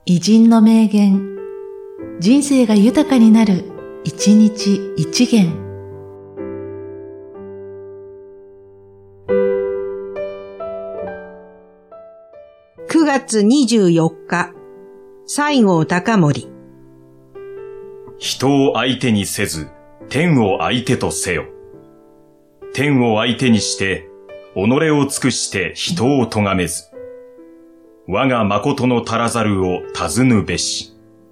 偉人の名言、人生が豊かになる、一日一元。 9月24日、西郷隆盛。 人を相手にせず、天を相手とせよ。天を相手にして、己を尽くして人を咎めず。我が誠の足らざるを尋ぬべし。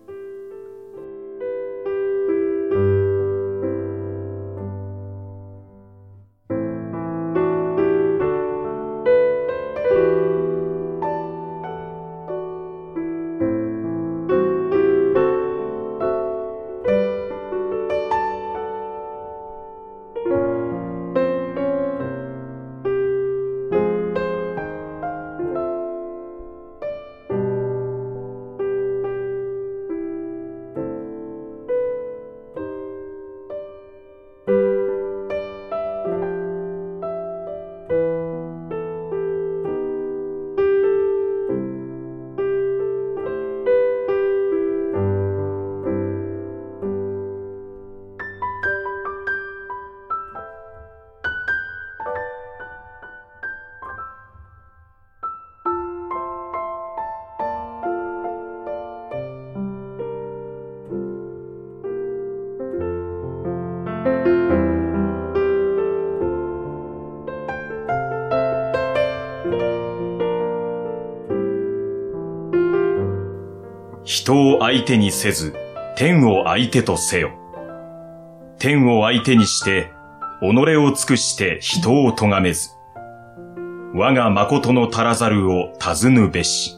人を相手にせず、天を相手とせよ。天を相手にして、己を尽くして人を咎めず。我が誠の足らざるを尋ぬべし。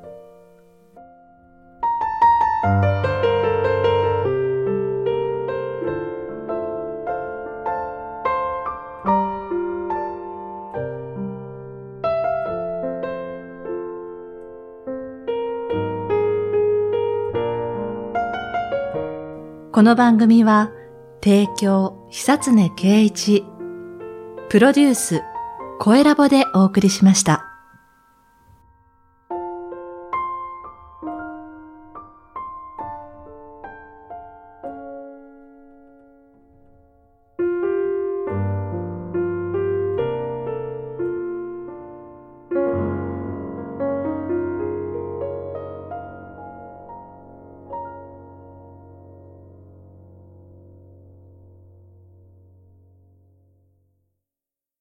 この番組は、提供、久常圭一、プロデュース、声ラボでお送りしました。